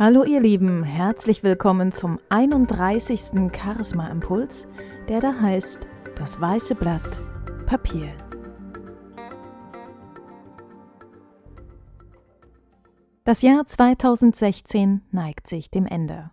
Hallo ihr Lieben, herzlich willkommen zum 31. Charisma-Impuls, der da heißt Das weiße Blatt Papier. Das Jahr 2016 neigt sich dem Ende.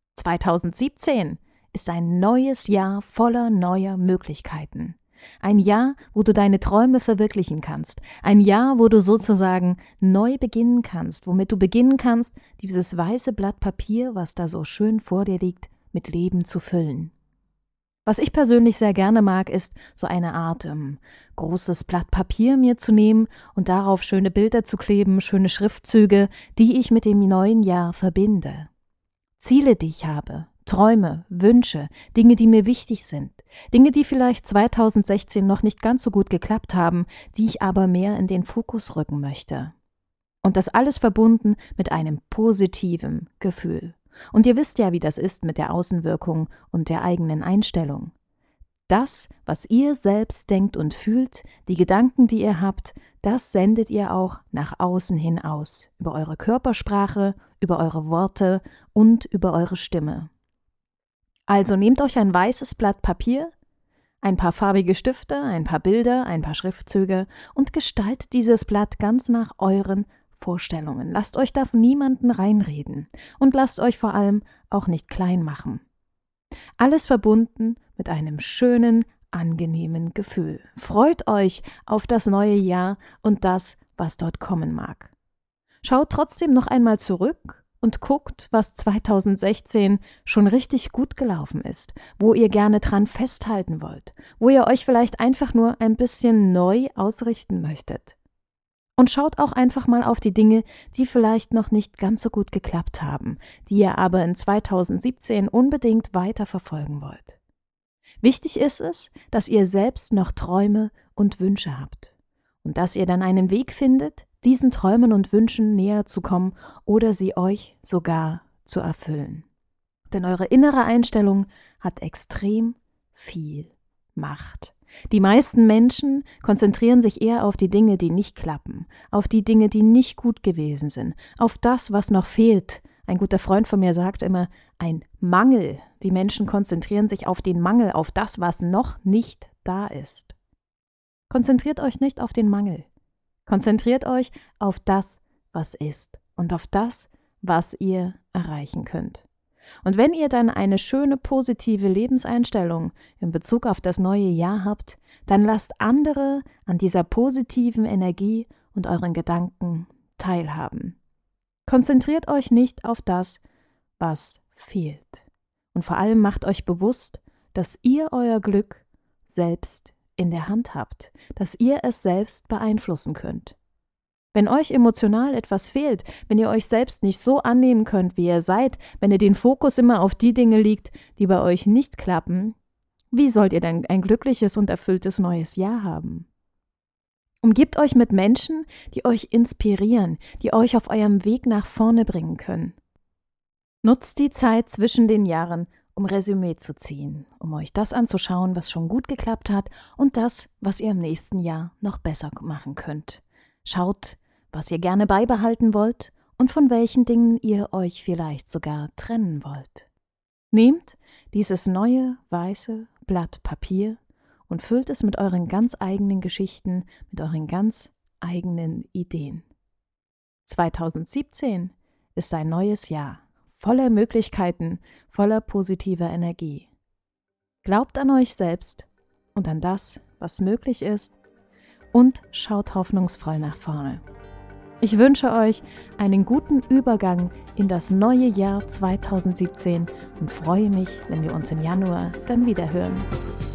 2017 ist ein neues Jahr voller neuer Möglichkeiten. Ein Jahr, wo du deine Träume verwirklichen kannst. Ein Jahr, wo du sozusagen neu beginnen kannst, womit du beginnen kannst, dieses weiße Blatt Papier, was da so schön vor dir liegt, mit Leben zu füllen. Was ich persönlich sehr gerne mag, ist so eine Art großes Blatt Papier mir zu nehmen und darauf schöne Bilder zu kleben, schöne Schriftzüge, die ich mit dem neuen Jahr verbinde. Ziele, die ich habe. Träume, Wünsche, Dinge, die mir wichtig sind, Dinge, die vielleicht 2016 noch nicht ganz so gut geklappt haben, die ich aber mehr in den Fokus rücken möchte. Und das alles verbunden mit einem positiven Gefühl. Und ihr wisst ja, wie das ist mit der Außenwirkung und der eigenen Einstellung. Das, was ihr selbst denkt und fühlt, die Gedanken, die ihr habt, das sendet ihr auch nach außen hin aus, über eure Körpersprache, über eure Worte und über eure Stimme. Also nehmt euch ein weißes Blatt Papier, ein paar farbige Stifte, ein paar Bilder, ein paar Schriftzüge und gestaltet dieses Blatt ganz nach euren Vorstellungen. Lasst euch da niemanden reinreden und lasst euch vor allem auch nicht klein machen. Alles verbunden mit einem schönen, angenehmen Gefühl. Freut euch auf das neue Jahr und das, was dort kommen mag. Schaut trotzdem noch einmal zurück und guckt, was 2016 schon richtig gut gelaufen ist, wo ihr gerne dran festhalten wollt, wo ihr euch vielleicht einfach nur ein bisschen neu ausrichten möchtet. Und schaut auch einfach mal auf die Dinge, die vielleicht noch nicht ganz so gut geklappt haben, die ihr aber in 2017 unbedingt weiterverfolgen wollt. Wichtig ist es, dass ihr selbst noch Träume und Wünsche habt und dass ihr dann einen Weg findet, diesen Träumen und Wünschen näher zu kommen oder sie euch sogar zu erfüllen. Denn eure innere Einstellung hat extrem viel Macht. Die meisten Menschen konzentrieren sich eher auf die Dinge, die nicht klappen, auf die Dinge, die nicht gut gewesen sind, auf das, was noch fehlt. Ein guter Freund von mir sagt immer, ein Mangel. Die Menschen konzentrieren sich auf den Mangel, auf das, was noch nicht da ist. Konzentriert euch nicht auf den Mangel. Konzentriert euch auf das, was ist und auf das, was ihr erreichen könnt. Und wenn ihr dann eine schöne, positive Lebenseinstellung in Bezug auf das neue Jahr habt, dann lasst andere an dieser positiven Energie und euren Gedanken teilhaben. Konzentriert euch nicht auf das, was fehlt. Und vor allem macht euch bewusst, dass ihr euer Glück selbst in der Hand habt, dass ihr es selbst beeinflussen könnt. Wenn euch emotional etwas fehlt, wenn ihr euch selbst nicht so annehmen könnt, wie ihr seid, wenn ihr den Fokus immer auf die Dinge liegt, die bei euch nicht klappen, wie sollt ihr denn ein glückliches und erfülltes neues Jahr haben? Umgebt euch mit Menschen, die euch inspirieren, die euch auf eurem Weg nach vorne bringen können. Nutzt die Zeit zwischen den Jahren, um Resümee zu ziehen, um euch das anzuschauen, was schon gut geklappt hat und das, was ihr im nächsten Jahr noch besser machen könnt. Schaut, was ihr gerne beibehalten wollt und von welchen Dingen ihr euch vielleicht sogar trennen wollt. Nehmt dieses neue, weiße Blatt Papier und füllt es mit euren ganz eigenen Geschichten, mit euren ganz eigenen Ideen. 2017 ist ein neues Jahr. Voller Möglichkeiten, voller positiver Energie. Glaubt an euch selbst und an das, was möglich ist und schaut hoffnungsvoll nach vorne. Ich wünsche euch einen guten Übergang in das neue Jahr 2017 und freue mich, wenn wir uns im Januar dann wieder hören.